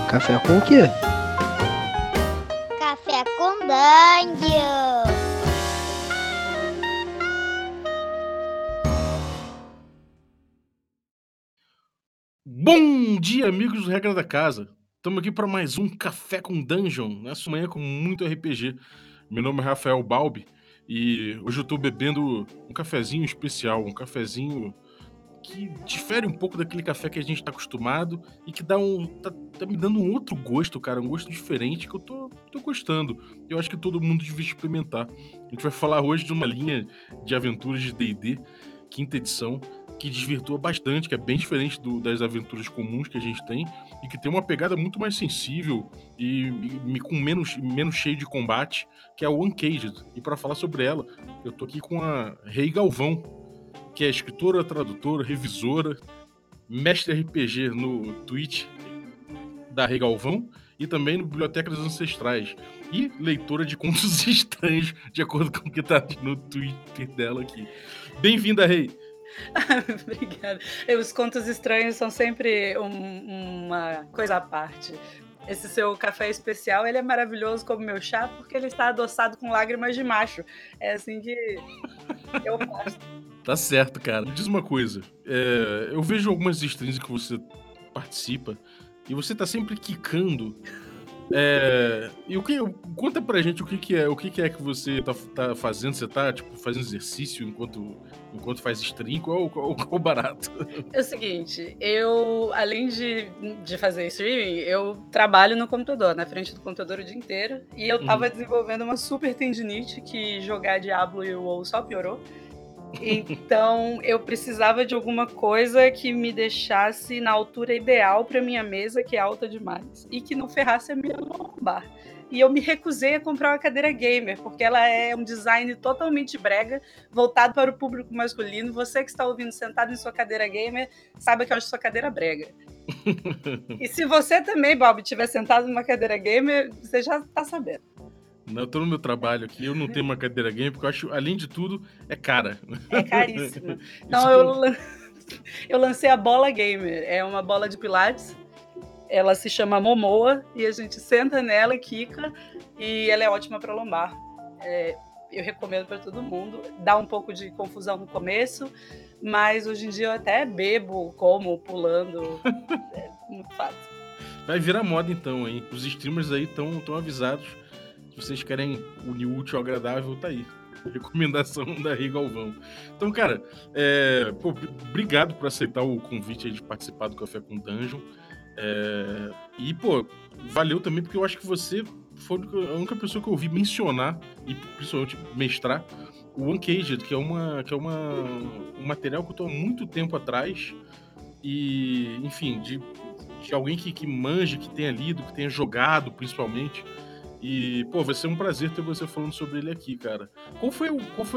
Café com o quê? Café com Dungeon. Bom dia, amigos do Regra da Casa. Estamos aqui para mais um Café com Dungeon, nessa manhã com muito RPG. Meu nome é Rafael Balbi e hoje eu estou bebendo um cafezinho especial, um cafezinho que difere um pouco daquele café que a gente está acostumado e que tá me dando um outro gosto, cara, um gosto diferente que eu tô gostando. Eu acho que todo mundo devia experimentar. A gente vai falar hoje de uma linha de aventuras de D&D, quinta edição, que desvirtua bastante, que é bem diferente das aventuras comuns que a gente tem e que tem uma pegada muito mais sensível e com menos cheio de combate, que é o Uncaged. E para falar sobre ela, eu tô aqui com a Rei Galvão, que é escritora, tradutora, revisora, mestre RPG no Twitch da Rei Galvão e também no Biblioteca dos Ancestrais. E leitora de contos estranhos, de acordo com o que tá no Twitter dela aqui. Bem-vinda, Rei! Obrigada. Os contos estranhos são sempre uma coisa à parte. Esse seu café especial, ele é maravilhoso como meu chá, porque ele está adoçado com lágrimas de macho. É assim que eu faço. Tá certo, cara. Me diz uma coisa. Eu vejo algumas streams que você participa e você tá sempre quicando. Conta pra gente o que é que você tá fazendo. Você tá, tipo, fazendo exercício enquanto faz stream? Qual o barato? É o seguinte, eu, além de fazer streaming, eu trabalho no computador, na frente do computador o dia inteiro. E eu tava desenvolvendo uma super tendinite que jogar Diablo e WoW só piorou. Então eu precisava de alguma coisa que me deixasse na altura ideal para minha mesa, que é alta demais, e que não ferrasse a minha lombar. E eu me recusei a comprar uma cadeira gamer, porque ela é um design totalmente brega, voltado para o público masculino. Você que está ouvindo sentado em sua cadeira gamer, sabe que eu acho sua cadeira brega. E se você também, Bob, estiver sentado numa cadeira gamer, você já está sabendo. Eu tô no meu trabalho aqui, eu não tenho uma cadeira gamer, porque eu acho, além de tudo, é cara. É caríssima. Então eu lancei a bola gamer. É uma bola de pilates. Ela se chama Momoa e a gente senta nela e quica. E ela é ótima para lombar. Eu recomendo para todo mundo. Dá um pouco de confusão no começo, mas hoje em dia eu até bebo, como, pulando. É muito fácil. Vai virar moda então, hein? Os streamers aí estão avisados. Se vocês querem unir o útil ao agradável, tá aí. Recomendação da Rei Galvão. Então, cara, obrigado por aceitar o convite aí de participar do Café com Dungeon. Valeu também, porque eu acho que você foi a única pessoa que eu ouvi mencionar, e principalmente mestrar, o Uncaged, que é um material que eu tô há muito tempo atrás. E, enfim, de alguém que manje, que tenha lido, que tenha jogado, principalmente. E, vai ser um prazer ter você falando sobre ele aqui, cara. Qual foi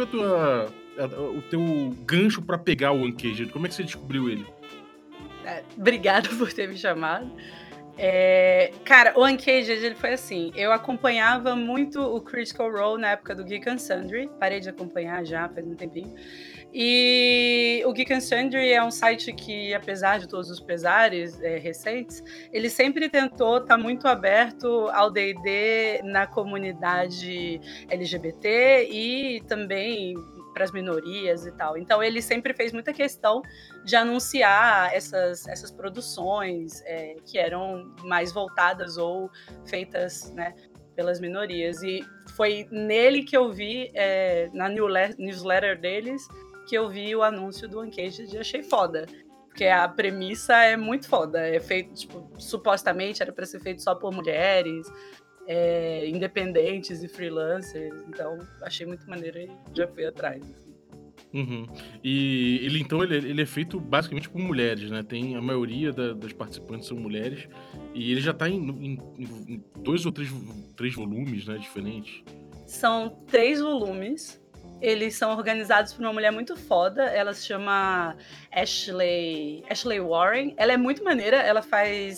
o teu gancho pra pegar o Uncaged? Como é que você descobriu ele? Obrigada por ter me chamado. Cara, o Uncaged, ele foi assim, eu acompanhava muito o Critical Role na época do Geek and Sundry, parei de acompanhar já faz um tempinho, e o Geek and Sundry é um site que, apesar de todos os pesares recentes, ele sempre tentou estar muito aberto ao D&D na comunidade LGBT e também para as minorias e tal. Então ele sempre fez muita questão de anunciar essas produções que eram mais voltadas ou feitas, né, pelas minorias. E foi nele que eu vi, na newsletter deles, que eu vi o anúncio do Uncaged e achei foda. Porque a premissa é muito foda. É feito, tipo, supostamente era para ser feito só por mulheres, independentes e freelancers. Então, achei muito maneiro e já fui atrás. Assim. Uhum. E ele é feito basicamente por mulheres, né? Tem a maioria das participantes são mulheres. E ele já tá em 2 ou 3 volumes, né? Diferentes. São 3 volumes. Eles são organizados por uma mulher muito foda. Ela se chama Ashley Warren. Ela é muito maneira. Ela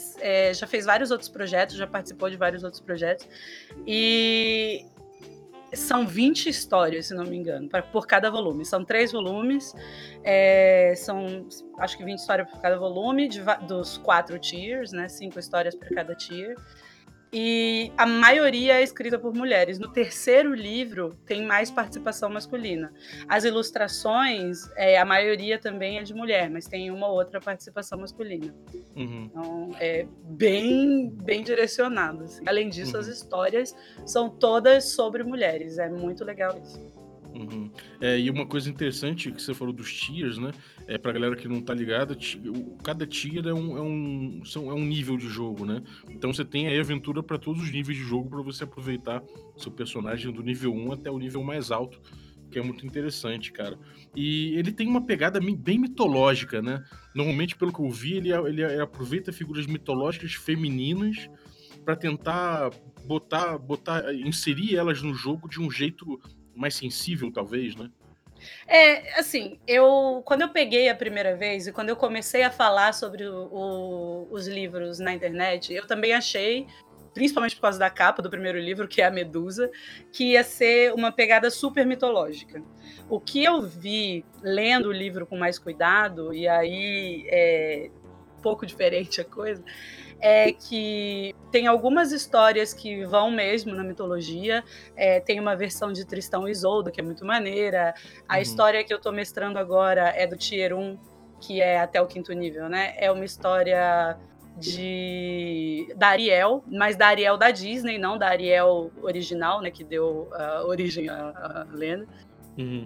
já fez vários outros projetos, já participou de vários outros projetos. E São 20 histórias, se não me engano, por cada volume. São 3 volumes, são acho que 20 histórias por cada volume, dos 4 tiers, né? 5 histórias para cada tier. E a maioria é escrita por mulheres. No terceiro livro tem mais participação masculina. As ilustrações, a maioria também é de mulher, mas tem uma ou outra participação masculina. Uhum. Então é bem direcionado. Assim. Além disso, as histórias são todas sobre mulheres. É muito legal isso. Uhum. E uma coisa interessante que você falou dos tiers, né? Pra galera que não tá ligada, cada tier é um nível de jogo, né? Então você tem aí aventura pra todos os níveis de jogo pra você aproveitar seu personagem do nível 1 até o nível mais alto, que é muito interessante, cara. E ele tem uma pegada bem mitológica, né? Normalmente, pelo que eu vi, ele aproveita figuras mitológicas femininas pra tentar inserir elas no jogo de um jeito mais sensível, talvez, né? Assim, quando eu peguei a primeira vez e quando eu comecei a falar sobre os livros na internet, eu também achei, principalmente por causa da capa do primeiro livro, que é a Medusa, que ia ser uma pegada super mitológica. O que eu vi lendo o livro com mais cuidado, e aí é um pouco diferente a coisa, é que tem algumas histórias que vão mesmo na mitologia. Tem uma versão de Tristão e Isolda, que é muito maneira. A história que eu tô mestrando agora é do Tier 1, que é até o 5º nível, né? É uma história da Ariel, mas da Ariel da Disney, não da Ariel original, né? Que deu origem à lenda. Uhum.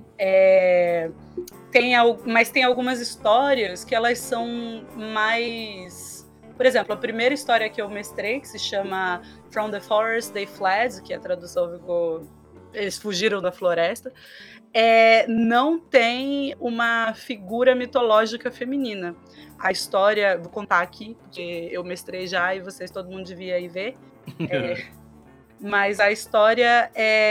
Mas tem algumas histórias que elas são mais... Por exemplo, a primeira história que eu mestrei, que se chama From the Forest They Fled, que a tradução ficou... Eles fugiram da floresta, não tem uma figura mitológica feminina. A história, vou contar aqui, porque eu mestrei já e todo mundo devia ir ver. Mas a história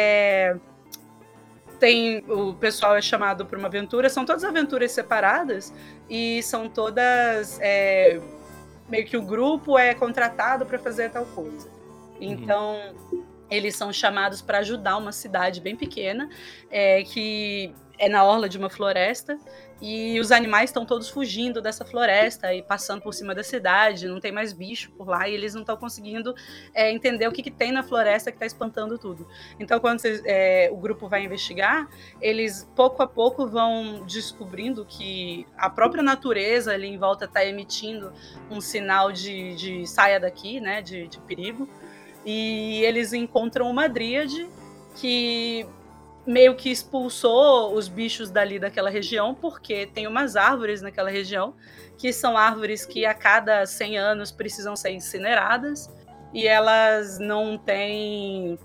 o pessoal é chamado para uma aventura, são todas aventuras separadas e são todas... meio que o grupo é contratado para fazer tal coisa. Então, eles são chamados para ajudar uma cidade bem pequena, que é na orla de uma floresta, e os animais estão todos fugindo dessa floresta e passando por cima da cidade, não tem mais bicho por lá, e eles não estão conseguindo entender o que tem na floresta que está espantando tudo. Então, quando o grupo vai investigar, eles pouco a pouco vão descobrindo que a própria natureza ali em volta está emitindo um sinal de saia daqui, né, de perigo, e eles encontram uma dríade que meio que expulsou os bichos daquela região, porque tem umas árvores naquela região, que são árvores que a cada 100 anos precisam ser incineradas, e elas não têm...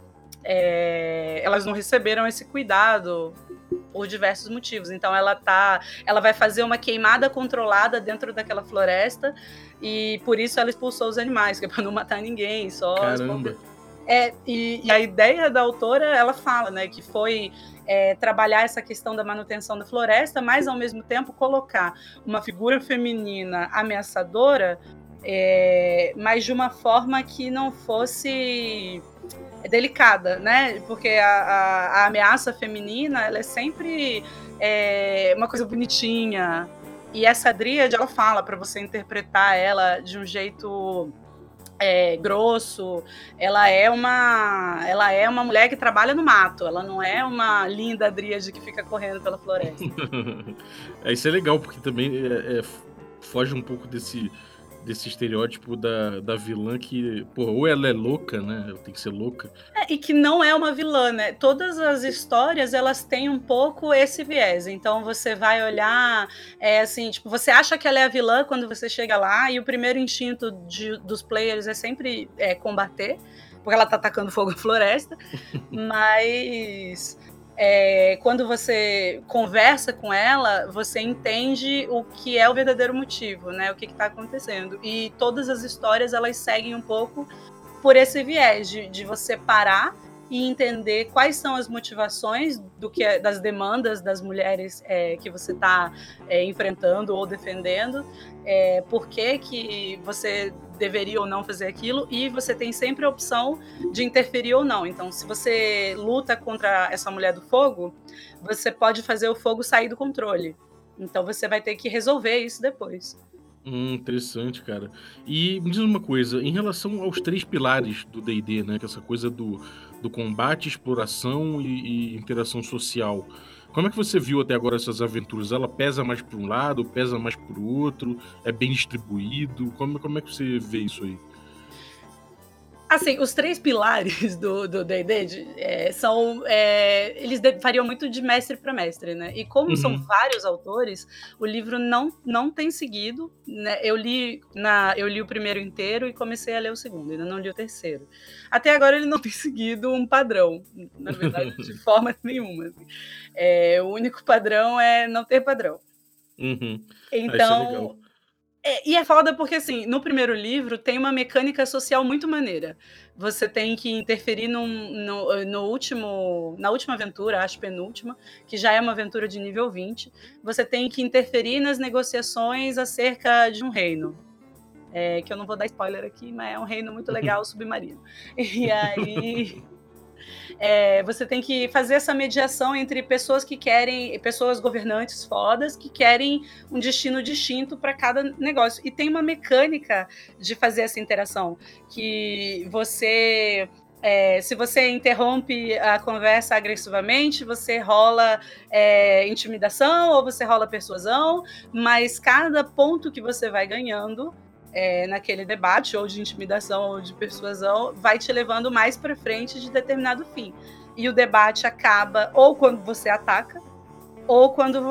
elas não receberam esse cuidado por diversos motivos. Então ela vai fazer uma queimada controlada dentro daquela floresta, e por isso ela expulsou os animais, que é para não matar ninguém, só... Caramba! E a ideia da autora, ela fala, né, que foi trabalhar essa questão da manutenção da floresta, mas ao mesmo tempo colocar uma figura feminina ameaçadora, mas de uma forma que não fosse delicada, né? Porque a ameaça feminina, ela é sempre uma coisa bonitinha. E essa dríade, ela fala para você interpretar ela de um jeito grosso. Ela é uma mulher que trabalha no mato. Ela não é uma linda dríade que fica correndo pela floresta. Isso é legal, porque também foge um pouco desse estereótipo da vilã que, pô, ou ela é louca, né? Tem que ser louca. E que não é uma vilã, né? Todas as histórias, elas têm um pouco esse viés. Então, você vai olhar, assim, tipo, você acha que ela é a vilã quando você chega lá, e o primeiro instinto dos players é sempre combater, porque ela tá atacando fogo na floresta. Mas... quando você conversa com ela, você entende o que é o verdadeiro motivo, né? O que está acontecendo. E todas as histórias, elas seguem um pouco por esse viés de você parar e entender quais são as motivações das demandas das mulheres que você está enfrentando ou defendendo, por que você deveria ou não fazer aquilo, e você tem sempre a opção de interferir ou não. Então, se você luta contra essa mulher do fogo, você pode fazer o fogo sair do controle. Então, você vai ter que resolver isso depois. Interessante, cara. E me diz uma coisa, em relação aos 3 pilares do D&D, né, que é essa coisa do combate, exploração e interação social. Como é que você viu até agora essas aventuras? Ela pesa mais para um lado, pesa mais para o outro? É bem distribuído? Como é que você vê isso aí? Assim, os 3 pilares do D&D eles variam muito de mestre para mestre, né? E como são Uhum. vários autores, o livro não tem seguido, né? Eu li o primeiro inteiro e comecei a ler o segundo, ainda não li o terceiro. Até agora ele não tem seguido um padrão, na verdade, de forma nenhuma. Assim. O único padrão é não ter padrão. Uhum. Ah, isso é legal. Então, e é foda porque, assim, no primeiro livro tem uma mecânica social muito maneira. Você tem que interferir na última aventura, acho penúltima, que já é uma aventura de nível 20. Você tem que interferir nas negociações acerca de um reino. Que eu não vou dar spoiler aqui, mas é um reino muito legal, submarino. E aí você tem que fazer essa mediação entre pessoas pessoas governantes fodas que querem um destino distinto para cada negócio. E tem uma mecânica de fazer essa interação, que se você interrompe a conversa agressivamente, você rola intimidação ou você rola persuasão, mas cada ponto que você vai ganhando naquele debate, ou de intimidação ou de persuasão, vai te levando mais para frente de determinado fim. E o debate acaba ou quando você ataca, ou quando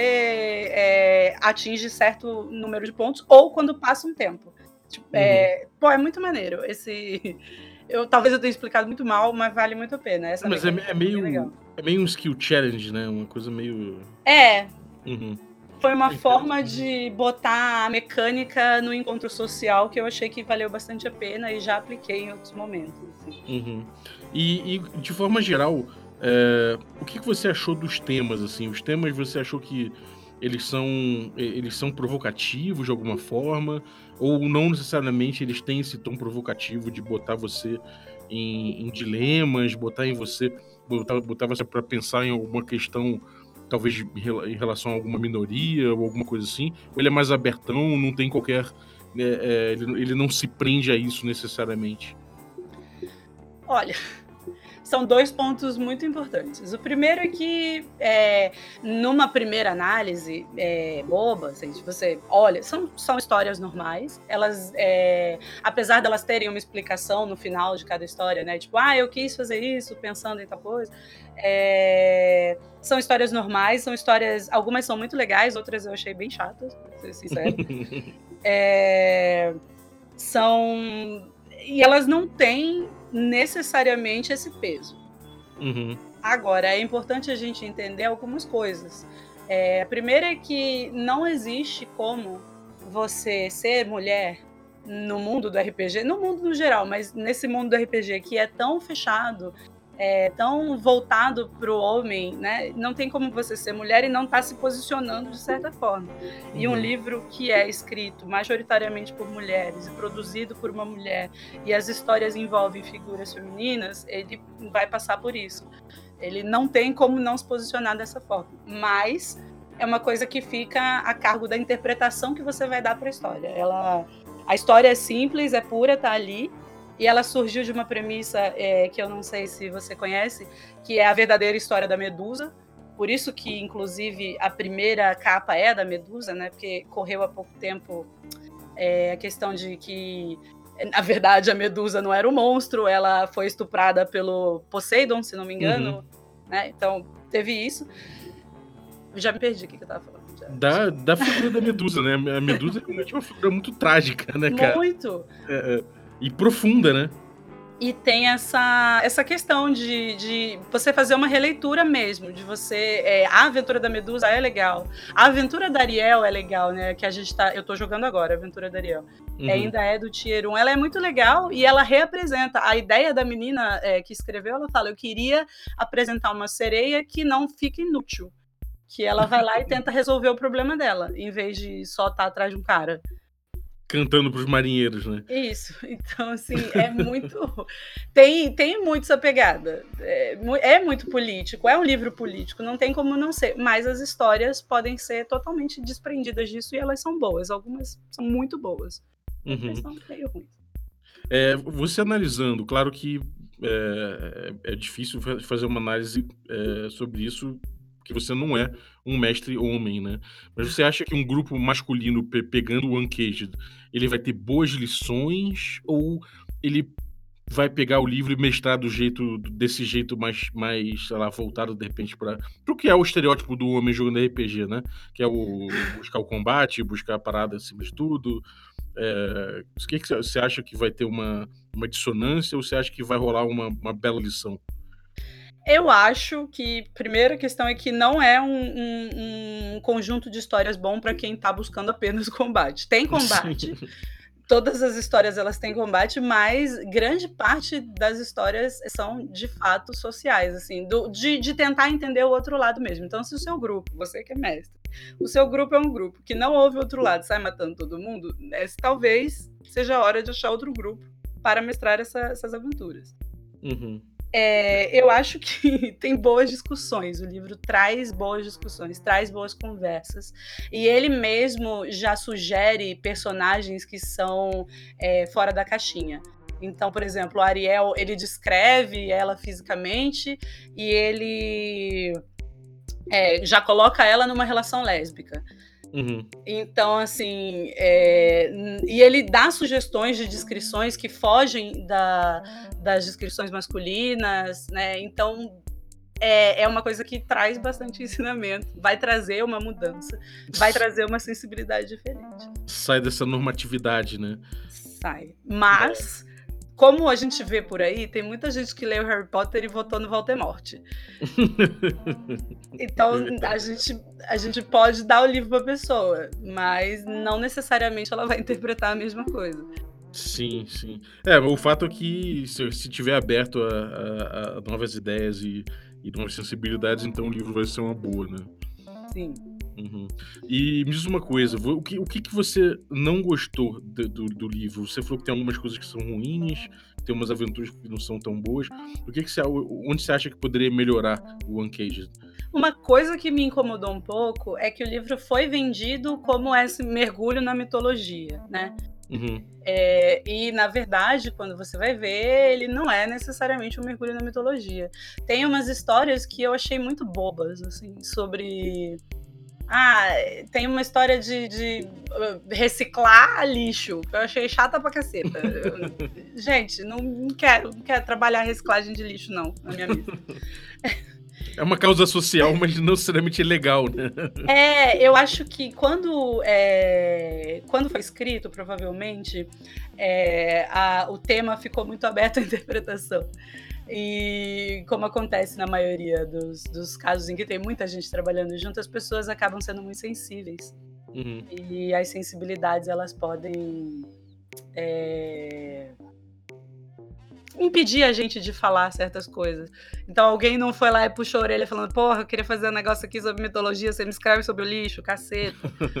você atinge certo número de pontos, ou quando passa um tempo. Tipo, é muito maneiro. Talvez eu tenha explicado muito mal, mas vale muito a pena. Essa Mas mecânica é bem legal. é meio um skill challenge, né? Uma coisa meio. Uhum. Foi uma forma Interessante. de botar a mecânica no encontro social que eu achei que valeu bastante a pena e já apliquei em outros momentos. Assim. Uhum. E de forma geral, o que você achou dos temas, assim? Os temas, você achou que eles são provocativos de alguma forma? Ou não necessariamente eles têm esse tom provocativo de botar você em dilemas, botar você para pensar em alguma questão, talvez em relação a alguma minoria ou alguma coisa assim? Ou ele é mais abertão, não tem qualquer... ele não se prende a isso necessariamente? Olha, são 2 pontos muito importantes. O primeiro é que, numa primeira análise boba, assim, se você olha, são histórias normais. Elas, apesar delas terem uma explicação no final de cada história, né? Tipo, eu quis fazer isso pensando em tal coisa. São histórias normais, são histórias... Algumas são muito legais, outras eu achei bem chatas, pra ser sincero. E elas não têm necessariamente esse peso. Uhum. Agora, é importante a gente entender algumas coisas. A primeira é que não existe como você ser mulher no mundo do RPG, no mundo no geral, mas nesse mundo do RPG que é tão fechado, tão voltado para o homem, né? Não tem como você ser mulher e não estar se posicionando de certa forma. E um livro que é escrito majoritariamente por mulheres e produzido por uma mulher, e as histórias envolvem figuras femininas, ele vai passar por isso. Ele não tem como não se posicionar dessa forma. Mas é uma coisa que fica a cargo da interpretação que você vai dar para a história. A história é simples, é pura, tá ali. E ela surgiu de uma premissa que eu não sei se você conhece, que é a verdadeira história da Medusa. Por isso que, inclusive, a primeira capa é da Medusa, né? Porque correu há pouco tempo a questão de que, na verdade, a Medusa não era um monstro, ela foi estuprada pelo Poseidon, se não me engano. Né? Então, teve isso. Eu já me perdi o que eu estava falando. Da figura da Medusa, né? A Medusa é uma figura muito trágica, né, cara? Muito! E profunda, né? E tem essa questão de você fazer uma releitura mesmo, de você... a aventura da Medusa é legal. A aventura da Ariel é legal, né? Que eu tô jogando agora, a aventura da Ariel. Ainda é do Tier 1. Ela é muito legal e ela reapresenta. A ideia da menina que escreveu, ela fala, eu queria apresentar uma sereia que não fica inútil. Que ela vai lá e tenta resolver o problema dela, em vez de só estar atrás de um cara. Cantando pros marinheiros, né? Isso. Então, assim, é muito. Tem muito essa pegada. É muito político, é um livro político, não tem como não ser. Mas as histórias podem ser totalmente desprendidas disso e elas são boas. Algumas são muito boas, outras Uhum. são meio ruins. Você analisando, claro que é difícil fazer uma análise sobre isso, porque você não é um mestre homem, né? Mas você acha que um grupo masculino pegando o Uncaged, ele vai ter boas lições ou ele vai pegar o livro e mestrar desse jeito mais, sei lá, voltado de repente para o que é o estereótipo do homem jogando RPG, né? Que é o buscar o combate, buscar a parada acima de tudo. O que você acha que vai ter uma dissonância ou você acha que vai rolar uma bela lição? Eu acho que, primeira questão é que não é um conjunto de histórias bom para quem tá buscando apenas combate. Tem combate, Sim. todas as histórias elas têm combate, mas grande parte das histórias são de fato sociais, assim, de tentar entender o outro lado mesmo. Então, se o seu grupo, você que é mestre, o seu grupo é um grupo que não ouve o outro lado, sai matando todo mundo, talvez seja a hora de achar outro grupo para mestrar essas aventuras. Uhum. Eu acho que tem boas discussões, o livro traz boas discussões, traz boas conversas, e ele mesmo já sugere personagens que são fora da caixinha. Então, por exemplo, o Ariel, ele descreve ela fisicamente e ele já coloca ela numa relação lésbica. Uhum. Então, assim, e ele dá sugestões de descrições que fogem das descrições masculinas, né? Então, é uma coisa que traz bastante ensinamento, vai trazer uma mudança, vai trazer uma sensibilidade diferente. Sai dessa normatividade, né? Sai. Mas, como a gente vê por aí, tem muita gente que leu Harry Potter e votou no Voldemort. Então, a gente pode dar o livro para a pessoa, mas não necessariamente ela vai interpretar a mesma coisa. Sim, sim. O fato é que se tiver aberto a novas ideias e novas sensibilidades, então o livro vai ser uma boa, né? Sim. Uhum. E me diz uma coisa, o que você não gostou do livro? Você falou que tem algumas coisas que são ruins, tem umas aventuras que não são tão boas. Onde você acha que poderia melhorar o Uncaged? Uma coisa que me incomodou um pouco é que o livro foi vendido como esse mergulho na mitologia, né? Uhum. E, na verdade, quando você vai ver, ele não é necessariamente um mergulho na mitologia. Tem umas histórias que eu achei muito bobas, assim, sobre... tem uma história de reciclar lixo, que eu achei chata pra caceta. Gente, não quero trabalhar reciclagem de lixo, não, na minha vida. É uma causa social, mas não necessariamente legal, né? Eu acho que quando foi escrito, provavelmente, o tema ficou muito aberto à interpretação. E como acontece na maioria dos casos em que tem muita gente trabalhando junto, as pessoas acabam sendo muito sensíveis. Uhum. E as sensibilidades, elas podem impedir a gente de falar certas coisas. Então alguém não foi lá e puxou a orelha falando: porra, eu queria fazer um negócio aqui sobre mitologia, você me escreve sobre o lixo, caceta.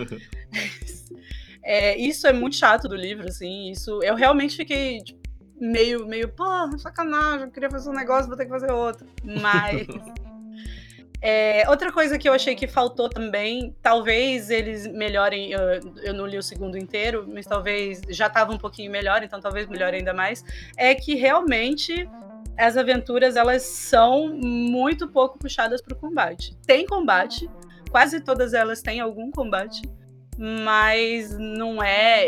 Isso é muito chato do livro, assim, isso eu realmente fiquei tipo, meio, porra, sacanagem, eu queria fazer um negócio, vou ter que fazer outro. Mas outra coisa que eu achei que faltou também, talvez eles melhorem, eu não li o segundo inteiro, mas talvez já estava um pouquinho melhor, então talvez melhore ainda mais, é que realmente as aventuras, elas são muito pouco puxadas para o combate. Tem combate, quase todas elas têm algum combate, mas não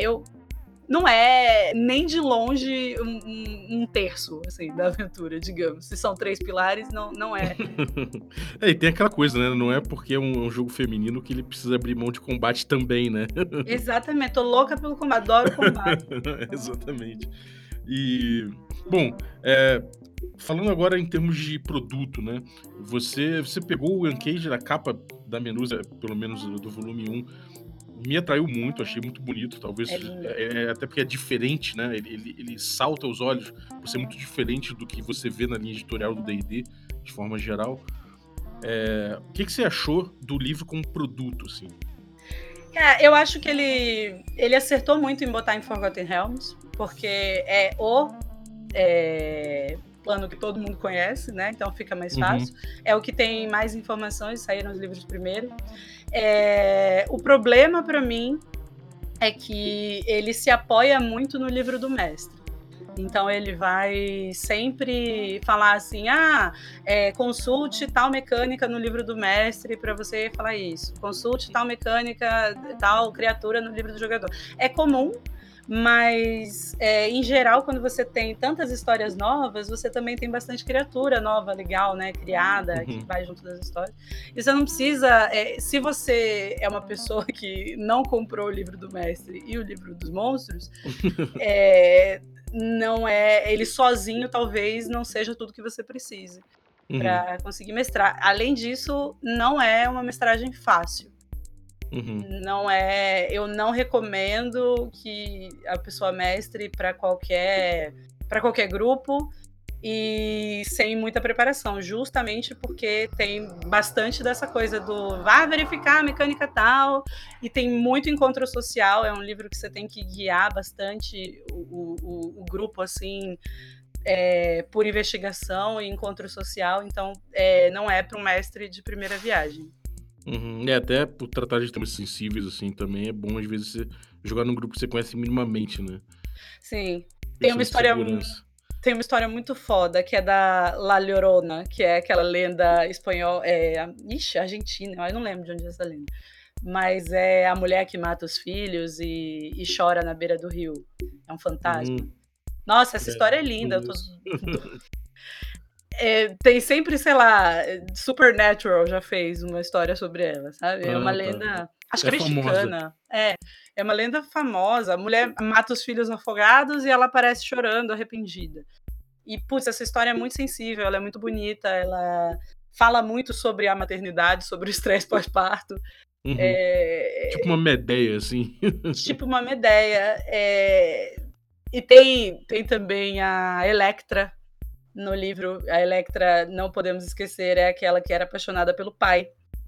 é nem de longe um terço, assim, da aventura, digamos. Se são 3 pilares, não é. E tem aquela coisa, né? Não é porque é um jogo feminino que ele precisa abrir mão de combate também, né? Exatamente, tô louca pelo combate, adoro combate. Exatamente. E, bom, falando agora em termos de produto, né? Você pegou o Uncaged, a capa da Menusa, pelo menos do volume 1, me atraiu muito, achei muito bonito, talvez até porque é diferente, né? Ele salta aos olhos por ser muito diferente do que você vê na linha editorial do D&D, de forma geral. O que você achou do livro como produto, assim? Eu acho que ele acertou muito em botar em Forgotten Realms, porque é o plano que todo mundo conhece, né? Então fica mais fácil. É o que tem mais informações, saíram os livros primeiro. O problema para mim é que ele se apoia muito no livro do mestre. Então ele vai sempre falar assim, consulte tal mecânica no livro do mestre para você falar isso. Consulte tal mecânica, tal criatura no livro do jogador. É comum, mas em geral, quando você tem tantas histórias novas, você também tem bastante criatura nova, legal, né? Criada, que vai junto das histórias. E você não precisa... se você é uma pessoa que não comprou o livro do mestre e o livro dos monstros, não ele sozinho talvez não seja tudo que você precise para conseguir mestrar. Além disso, não é uma mestragem fácil. Eu não recomendo que a pessoa mestre para qualquer grupo e sem muita preparação, justamente porque tem bastante dessa coisa do vá verificar a mecânica tal, e tem muito encontro social. É um livro que você tem que guiar bastante o grupo, assim, por investigação e encontro social, então não é para um mestre de primeira viagem. Até por tratar de temas sensíveis, assim, também é bom, às vezes, você jogar num grupo que você conhece minimamente, né? Sim. Tem uma história muito foda, que é da La Llorona, que é aquela lenda espanhola, argentina, eu não lembro de onde é essa lenda. Mas é a mulher que mata os filhos e chora na beira do rio. É um fantasma. Nossa, essa história é linda. Tem sempre, sei lá, Supernatural já fez uma história sobre ela, sabe? É uma lenda, acho que é mexicana. É uma lenda famosa. A mulher mata os filhos afogados e ela aparece chorando, arrependida. E, putz, essa história é muito sensível, ela é muito bonita, ela fala muito sobre a maternidade, sobre o estresse pós-parto. Tipo uma Medeia, assim. Tipo uma Medeia. E tem também a Electra no livro. A Electra, não podemos esquecer, é aquela que era apaixonada pelo pai.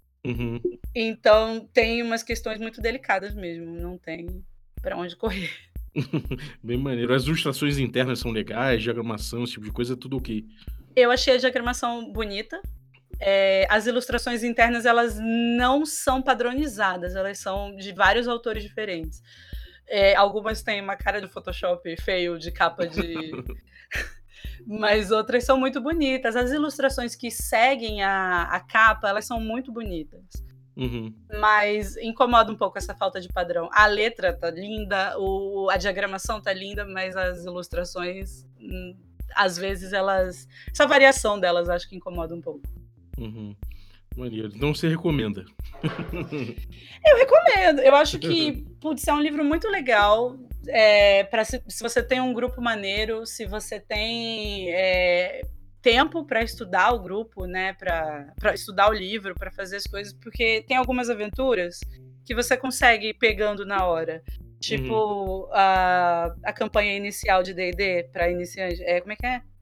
Então tem umas questões muito delicadas mesmo, não tem pra onde correr. Bem maneiro. As ilustrações internas são legais, diagramação, esse tipo de coisa, é tudo ok. Eu achei a diagramação bonita. As ilustrações internas, elas não são padronizadas, elas são de vários autores diferentes. Algumas têm uma cara de Photoshop feio, de capa de... mas outras são muito bonitas. As ilustrações que seguem a capa, elas são muito bonitas. Mas incomoda um pouco essa falta de padrão. A letra tá linda, a diagramação tá linda, mas as ilustrações, às vezes, essa variação delas acho que incomoda um pouco. Maneiro. Então você recomenda? Eu recomendo. Eu acho que, putz, é um livro muito legal. Se você tem um grupo maneiro, se você tem tempo para estudar o grupo, né, para estudar o livro, para fazer as coisas, porque tem algumas aventuras que você consegue ir pegando na hora. Tipo, a campanha inicial de D&D para iniciantes. Como é que é?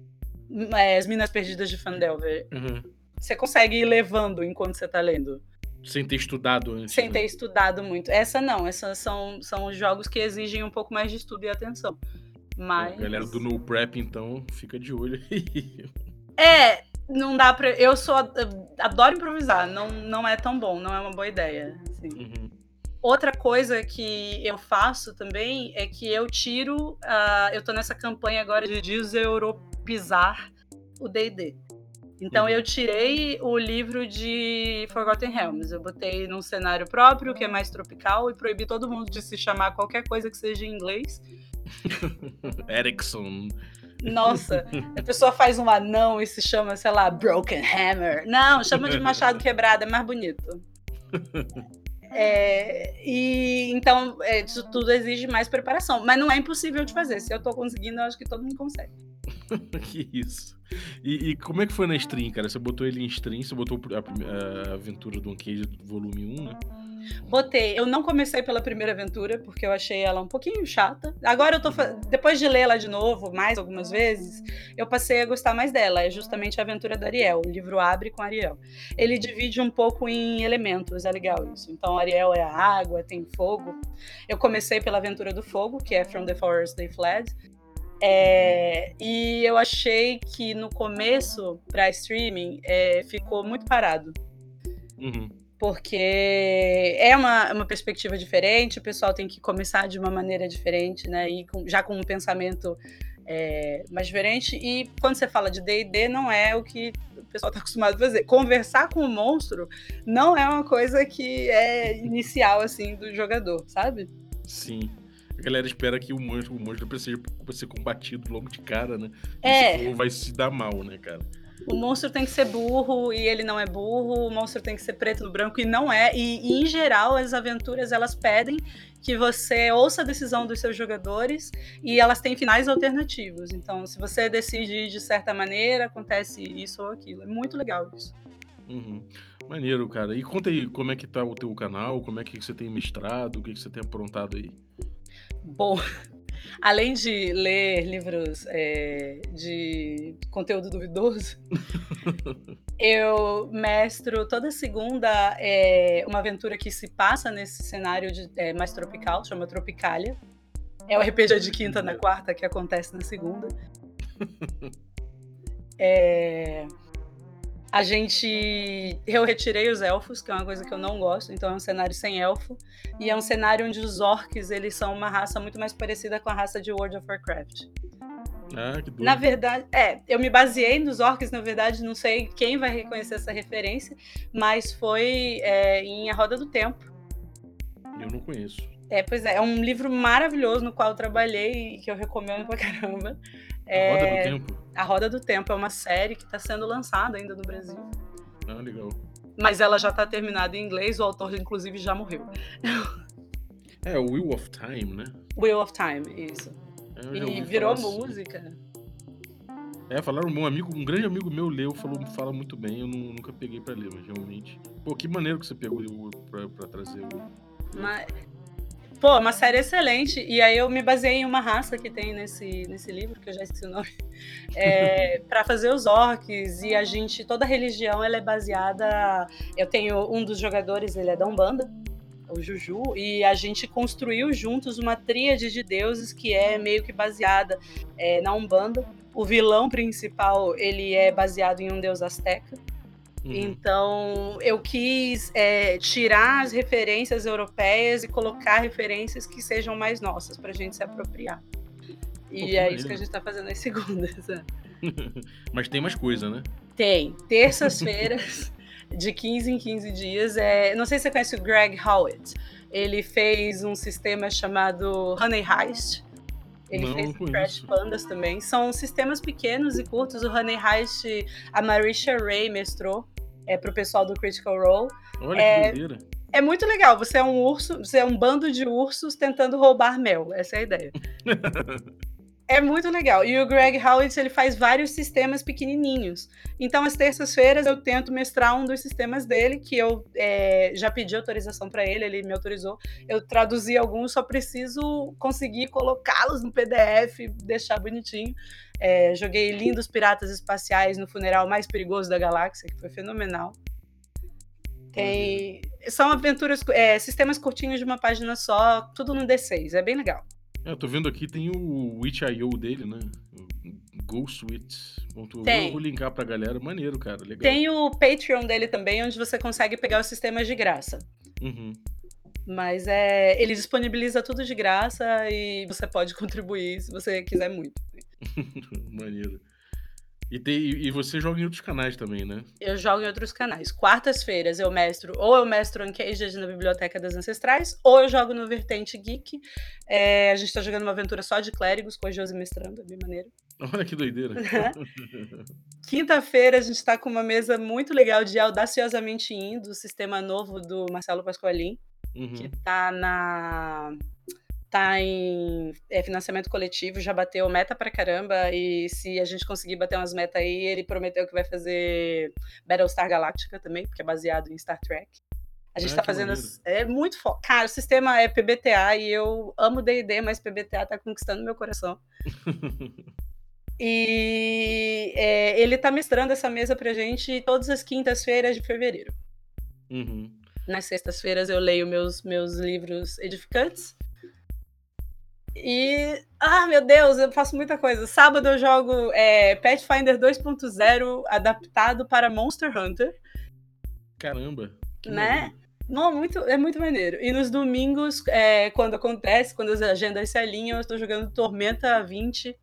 As Minas Perdidas de Phandelver. Você consegue ir levando enquanto você tá lendo. Sem ter estudado antes. Sem ter estudado muito. Essa não, essas são jogos que exigem um pouco mais de estudo e atenção. Mas... A galera do No Prep, então, fica de olho aí. Não dá pra... Eu adoro improvisar, não é tão bom, não é uma boa ideia. Assim. Outra coisa que eu faço também é que eu tiro... eu tô nessa campanha agora de deseuropizar o D&D. Então eu tirei o livro de Forgotten Realms, eu botei num cenário próprio, que é mais tropical, e proibi todo mundo de se chamar qualquer coisa que seja em inglês. Erickson. Nossa, a pessoa faz um anão e se chama, sei lá, Broken Hammer. Não, chama de Machado Quebrado, é mais bonito. E então isso tudo exige mais preparação, mas não é impossível de fazer. Se eu tô conseguindo, eu acho que todo mundo consegue. Que isso. E como é que foi na stream, cara? Você botou ele em stream, você botou a aventura do Uncaged volume 1, né? Botei. Eu não comecei pela primeira aventura, porque eu achei ela um pouquinho chata. Agora depois de lê-la de novo, mais algumas vezes, eu passei a gostar mais dela. É justamente a aventura da Ariel. O livro abre com Ariel. Ele divide um pouco em elementos, é legal isso. Então, Ariel é a água, tem fogo. Eu comecei pela aventura do fogo, que é From the Forest They Fled. E eu achei que no começo, para streaming, ficou muito parado. Porque é uma perspectiva diferente, o pessoal tem que começar de uma maneira diferente, né? E já com um pensamento mais diferente. E quando você fala de D&D, não é o que o pessoal está acostumado a fazer. Conversar com o monstro não é uma coisa que é inicial, assim, do jogador, sabe? Sim. A galera espera que o monstro precisa ser combatido logo de cara, né? E se for, vai se dar mal, né, cara? O monstro tem que ser burro e ele não é burro, o monstro tem que ser preto no branco e não é. E em geral, as aventuras, elas pedem que você ouça a decisão dos seus jogadores e elas têm finais alternativos. Então, se você decide ir de certa maneira, acontece isso ou aquilo. É muito legal isso. Maneiro, cara. E conta aí, como é que tá o teu canal, como é que você tem mestrado, o que você tem aprontado aí? Bom, além de ler livros de conteúdo duvidoso, eu mestro toda segunda uma aventura que se passa nesse cenário mais tropical, chama Tropicália. É o RPG de quinta na quarta que acontece na segunda. Eu retirei os elfos, que é uma coisa que eu não gosto, então é um cenário sem elfo. E é um cenário onde os orcs, eles são uma raça muito mais parecida com a raça de World of Warcraft. Ah, que doido. Na verdade, eu me baseei nos orcs, na verdade, não sei quem vai reconhecer essa referência, mas foi em A Roda do Tempo. Eu não conheço. Pois é um livro maravilhoso no qual eu trabalhei e que eu recomendo pra caramba. A Roda do Tempo? A Roda do Tempo é uma série que está sendo lançada ainda no Brasil. Ah, legal. Mas ela já está terminada em inglês, o autor inclusive já morreu. É o Wheel of Time, né? Wheel of Time, isso. E virou música. Falaram, um grande amigo meu leu, fala muito bem, eu nunca peguei pra ler, mas realmente... Pô, que maneiro que você pegou pra trazer uma série excelente, e aí eu me baseei em uma raça que tem nesse livro, que eu já esqueci o nome, pra fazer os orcs, e toda a religião, ela é baseada... Eu tenho um dos jogadores, ele é da Umbanda, o Juju, e a gente construiu juntos uma tríade de deuses que é meio que baseada na Umbanda. O vilão principal, ele é baseado em um deus asteca. Então, eu quis tirar as referências europeias e colocar referências que sejam mais nossas, pra gente se apropriar. E é isso que a gente tá fazendo nas segundas. Mas tem mais coisa, né? Tem. Terças-feiras, de 15 em 15 dias. Não sei se você conhece o Greg Howitt. Ele fez um sistema chamado Honey Heist. Ele fez o Crash Pandas também. São sistemas pequenos e curtos. O Honey Heist, a Marisha Ray mestrou pro pessoal do Critical Role. Olha que doideira. É muito legal. Você é um urso, você é um bando de ursos tentando roubar mel. Essa é a ideia. É muito legal. E o Greg Howitt, ele faz vários sistemas pequenininhos. Então, às terças-feiras, eu tento mestrar um dos sistemas dele, que eu já pedi autorização para ele me autorizou. Eu traduzi alguns, só preciso conseguir colocá-los no PDF, deixar bonitinho. Joguei Lindos Piratas Espaciais no Funeral Mais Perigoso da Galáxia, que foi fenomenal. São aventuras, sistemas curtinhos de uma página só, tudo no D6, é bem legal. Eu tô vendo aqui, tem o Witch.io dele, né? Ghostwit. Vou linkar pra galera. Maneiro, cara. Legal. Tem o Patreon dele também, onde você consegue pegar os sistemas de graça. Mas ele disponibiliza tudo de graça e você pode contribuir se você quiser muito. Maneiro. E você joga em outros canais também, né? Eu jogo em outros canais. Quartas-feiras eu mestro Uncaged na Biblioteca das Ancestrais, ou eu jogo no Vertente Geek. A gente tá jogando uma aventura só de clérigos, com a Josi mestrando, é bem maneiro. Olha que doideira. Quinta-feira a gente tá com uma mesa muito legal de Audaciosamente Indo, o sistema novo do Marcelo Pasqualin, que tá em financiamento coletivo, já bateu meta pra caramba, e se a gente conseguir bater umas metas aí, ele prometeu que vai fazer Battlestar Galactica também, porque é baseado em Star Trek. A gente Ah, tá que fazendo. maneiro. É muito foda. Cara, o sistema é PBTA e eu amo DD, mas PBTA tá conquistando meu coração. E ele tá mestrando essa mesa pra gente todas as quintas-feiras de fevereiro. Uhum. Nas sextas-feiras eu leio meus livros edificantes. E. Ah, meu Deus, eu faço muita coisa. Sábado eu jogo Pathfinder 2.0 adaptado para Monster Hunter, Caramba, que né? maneiro. Não, é muito maneiro. E nos domingos, quando acontece, quando as agendas se alinham, eu estou jogando Tormenta 20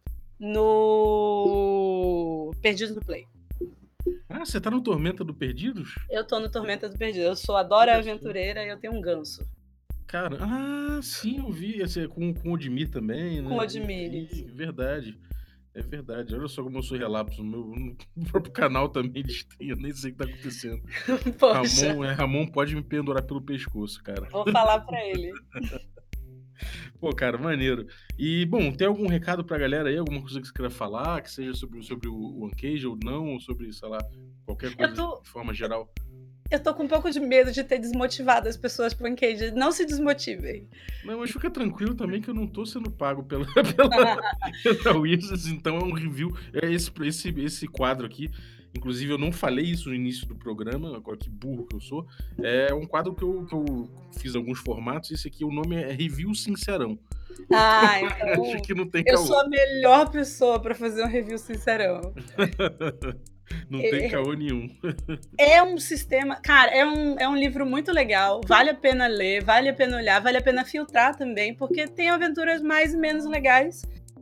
no Perdidos no Play. Ah, você tá no Tormenta do Perdidos? Eu tô no Tormenta do Perdido. Eu sou a Dora Olha só. Aventureira e eu tenho um ganso. Cara, sim, eu vi. Esse é com o Odmir também, Com né? o Eu Odmir. vi, verdade. É verdade. Olha só como eu sou relapso. No próprio canal também eles têm, eu nem sei o que tá acontecendo. Poxa, Ramon pode me pendurar pelo pescoço, cara. vou falar pra ele. Pô, cara, maneiro. E, bom, tem algum recado pra galera aí? Alguma coisa que você queira falar? Que seja sobre o Uncage ou não? Ou sobre, sei lá, qualquer Eu coisa tô, de forma geral? eu tô com um pouco de medo de ter desmotivado as pessoas pro Uncaged. Não se desmotivem. Não, mas fica tranquilo também que eu não tô sendo pago pela Wizards, então é um review. É esse quadro aqui. Inclusive, eu não falei isso no início do programa, agora que burro que eu sou. É um quadro que eu fiz alguns formatos. Esse aqui, o nome é Review Sincerão. Ah, Então, acho então que não tem eu sou caô. a melhor pessoa pra fazer um review sincerão. Não tem É, caô nenhum. é um sistema, cara, é um livro muito legal, vale a pena ler, vale a pena olhar, vale a pena filtrar também, porque tem aventuras mais e menos legais.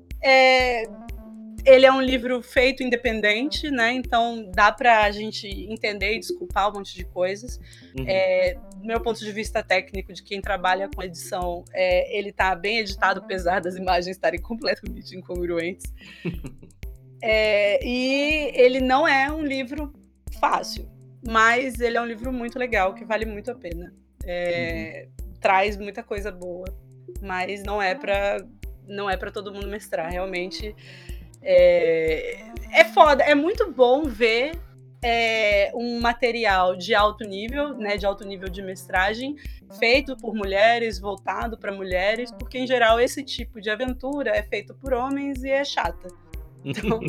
Ele é um livro feito independente, né? Então dá pra gente entender e desculpar um monte de coisas. Uhum. Do meu ponto de vista técnico, de quem trabalha com edição, ele tá bem editado, apesar das imagens estarem completamente incongruentes. E ele não é um livro fácil, mas ele é um livro muito legal, que vale muito a pena. Traz muita coisa boa, mas não é para todo mundo mestrar. Realmente é foda, é muito bom ver um material de alto nível, né, de alto nível de mestragem, feito por mulheres, voltado para mulheres, porque em geral esse tipo de aventura é feito por homens e é chata. Então,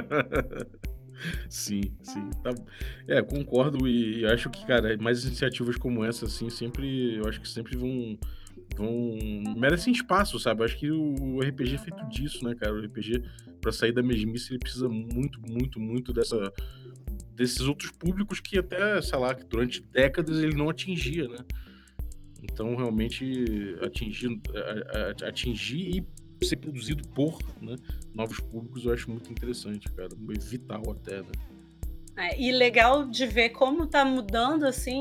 Sim, sim. Concordo e acho que, cara, mais iniciativas como essa, assim, sempre. Eu acho que sempre merecem espaço, sabe? Eu acho que o RPG é feito disso, né, cara? O RPG, pra sair da mesmice, ele precisa muito, muito, muito desses outros públicos que até, sei lá, que durante décadas ele não atingia, né? Então, realmente, atingir e ser produzido por, né, novos públicos, eu acho muito interessante, cara. É vital até, né? e legal de ver como tá mudando assim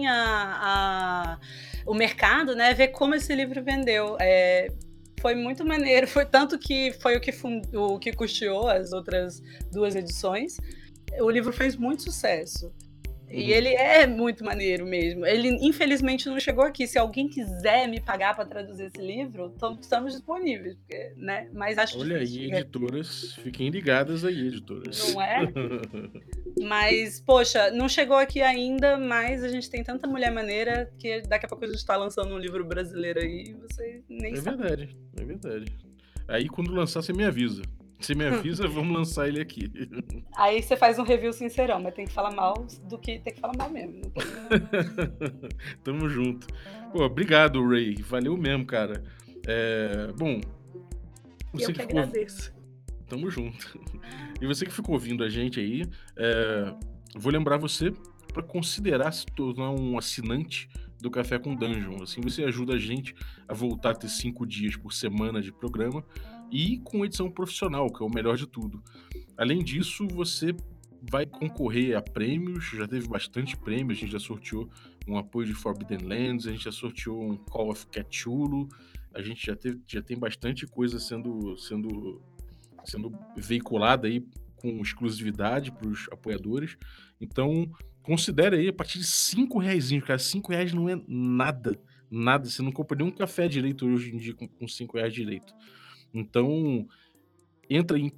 o mercado, né? Ver como esse livro vendeu. Foi muito maneiro, foi tanto que foi o que custeou as outras 2 edições. O livro fez muito sucesso. E ele é muito maneiro mesmo. Ele, infelizmente, não chegou aqui. Se alguém quiser me pagar para traduzir esse livro, estamos disponíveis, porque, né? Mas acho Olha difícil aí, chegar aqui, editoras, fiquem ligadas aí, editoras. não é? Mas, poxa, não chegou aqui ainda, mas a gente tem tanta mulher maneira que daqui a pouco a gente está lançando um livro brasileiro aí e você nem É sabe. verdade, é verdade. Aí quando lançar, você me avisa. Você me avisa, vamos lançar ele aqui. Aí você faz um review sincerão, mas tem que falar mal do que tem que falar mal mesmo. Não tem... Tamo junto. Pô, obrigado, Ray. Valeu mesmo, cara. Bom, você Eu que que ficou. agradeço. Tamo junto. E você que ficou ouvindo a gente aí, vou lembrar você para considerar se tornar um assinante do Café com Dungeon. Assim você ajuda a gente a voltar a ter 5 dias por semana de programa e com edição profissional, que é o melhor de tudo. Além disso, você vai concorrer a prêmios, já teve bastante prêmio, a gente já sorteou um apoio de Forbidden Lands, a gente já sorteou um Call of Cthulhu, a gente já tem bastante coisa sendo veiculada aí com exclusividade para os apoiadores. Então, considere aí a partir de R$5, cara. R$5 não é nada. Nada. Você não compra nenhum café direito hoje em dia com R$5 direito. Então, entra em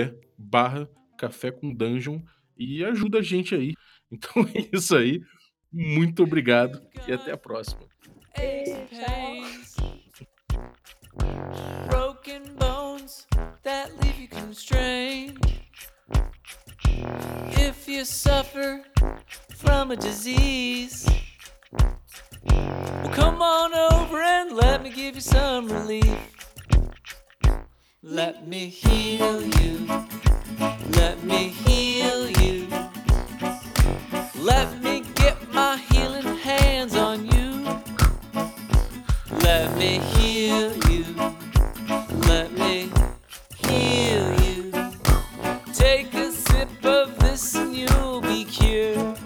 picpay.me/café com dungeon e ajuda a gente aí. Então é isso aí. Muito obrigado e até a próxima. Broken bones that leave you constrained. If you suffer from a disease, well, come on over and let me give you some relief. Let me heal you. Let me heal you. Let me get my healing hands on you. Let me heal you. Let me heal you. Take a sip of this and you'll be cured.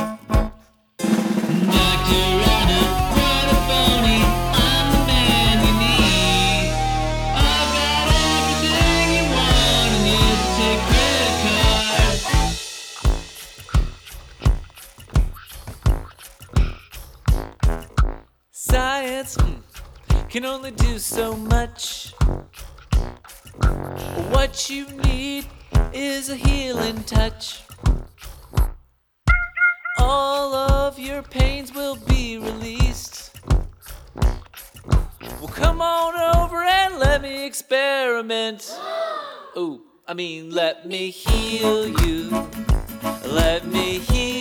Dr. Anna, what a phony. I'm the man you need. I've got everything you want and you can take credit cards. Science can only do so much. What you need is a healing touch. All of your pains will be released. Well, come on over and let me experiment. Let me heal you. Let me heal